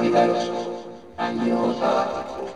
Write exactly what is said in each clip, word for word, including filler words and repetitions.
universo año sabático.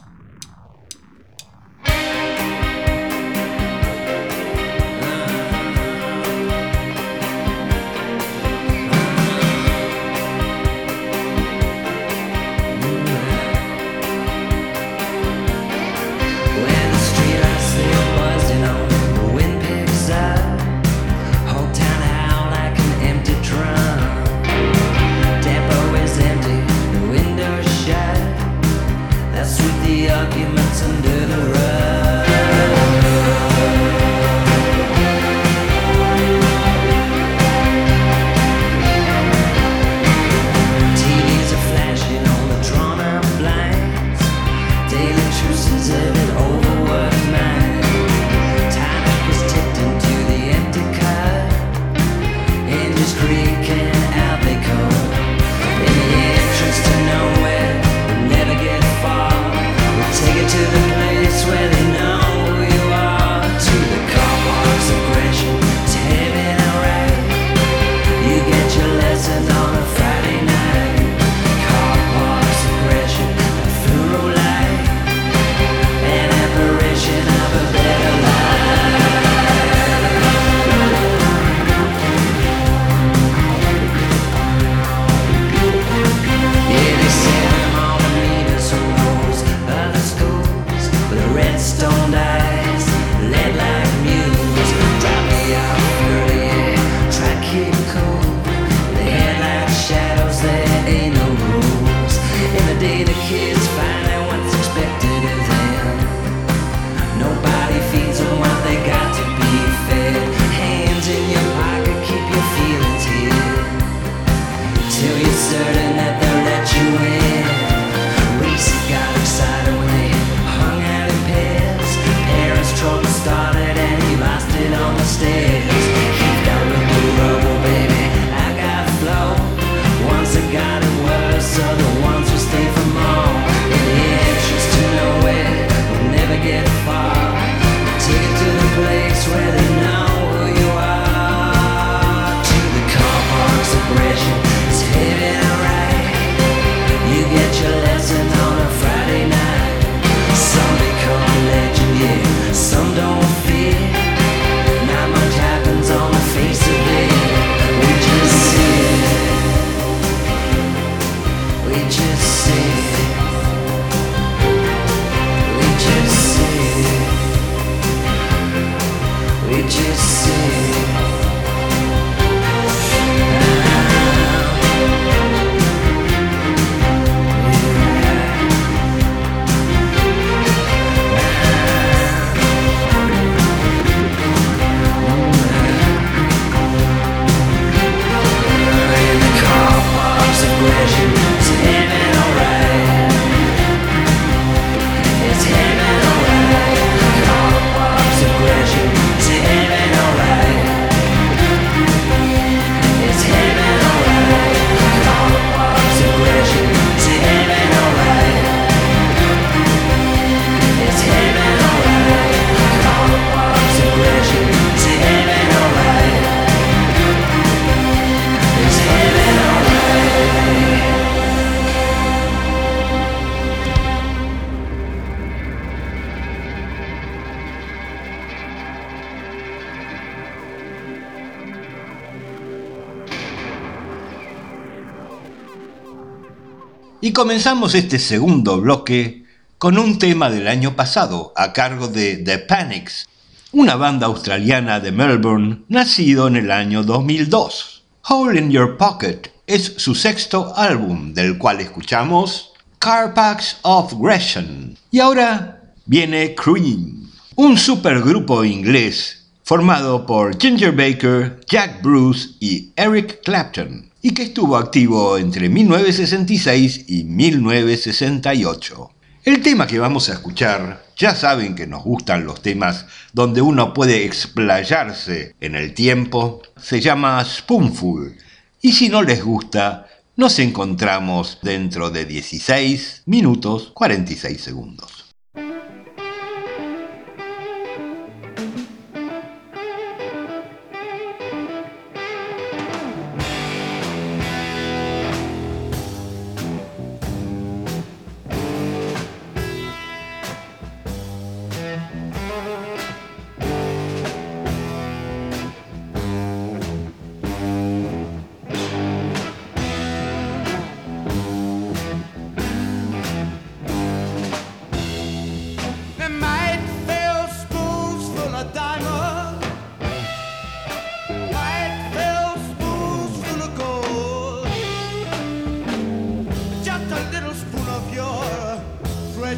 Y comenzamos este segundo bloque con un tema del año pasado a cargo de The Panics, una banda australiana de Melbourne nacido en el año dos mil dos. Hole in Your Pocket es su sexto álbum, del cual escuchamos Car Parks of Gresham. Y ahora viene Cream, un supergrupo inglés formado por Ginger Baker, Jack Bruce y Eric Clapton, y que estuvo activo entre mil novecientos sesenta y seis y mil novecientos sesenta y ocho. El tema que vamos a escuchar, ya saben que nos gustan los temas donde uno puede explayarse en el tiempo, se llama Spoonful, y si no les gusta, nos encontramos dentro de dieciséis minutos cuarenta y seis segundos.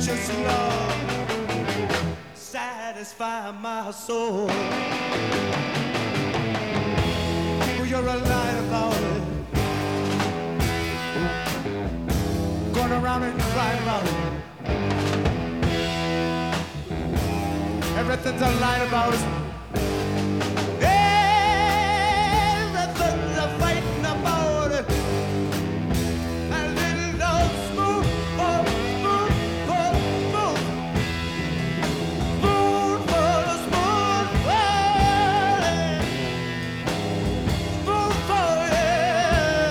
just love satisfy my soul. Well, you're a light about it, going around and crying about it. Everything's a light about it. Everything's a fighting about it. A little love smooth, oh, smooth, oh, smooth. Smooth, oh, smooth, oh, smooth, oh, yeah.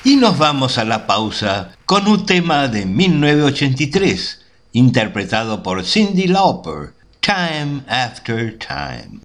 Y nos vamos a la pausa con un tema de mil novecientos ochenta y tres, interpretado por Cyndi Lauper, Time After Time.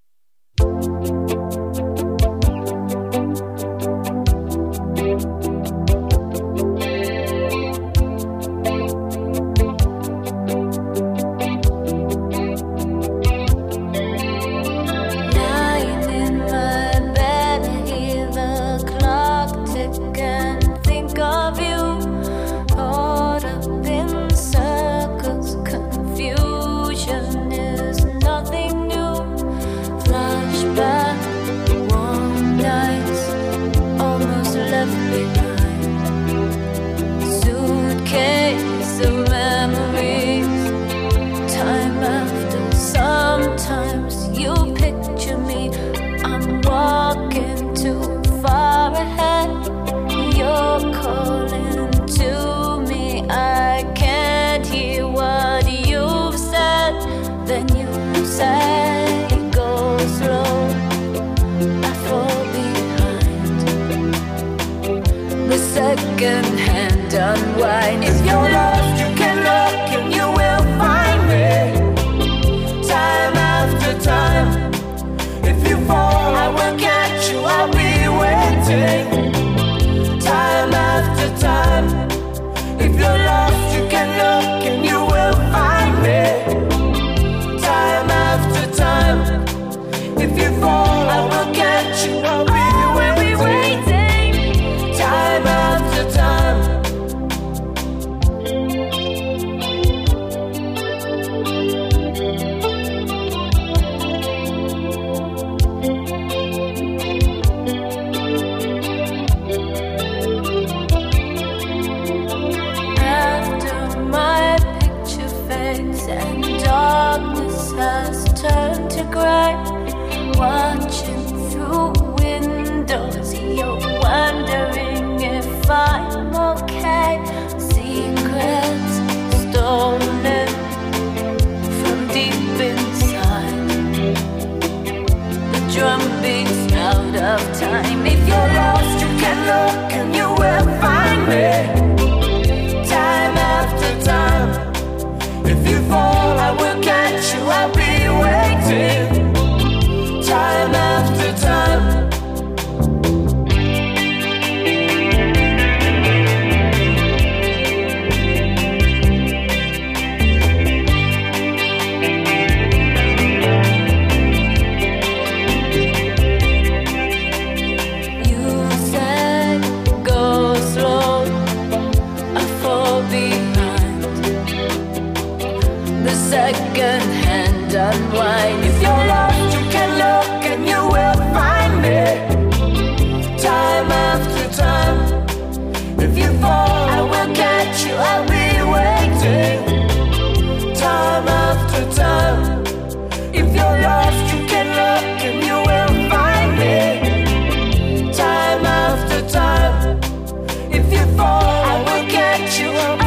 Second-hand unwind. If you're lost, you can look and you will find me. Time after time. If you fall, I will catch you. I'll be waiting. Time after time. If you're lost, you can look and you will find me. Time after time. If you fall, I will catch you. I'll be waiting. Time after time. After my picture fades and darkness has turned to gray, watching through windows, you're wondering if I'm okay. Secrets stolen from deep inside. The drum beats out of time. If you're lost, you can look and you will find me. Time after time. If you fall, I will catch you. I'll be waiting. Time after time. Second-hand unwind. If you're lost, you can look and you will find me. Time after time. If you fall, I will catch you. I'll be waiting. Time after time. If you're lost, you can look and you will find me. Time after time. If you fall, I will catch you.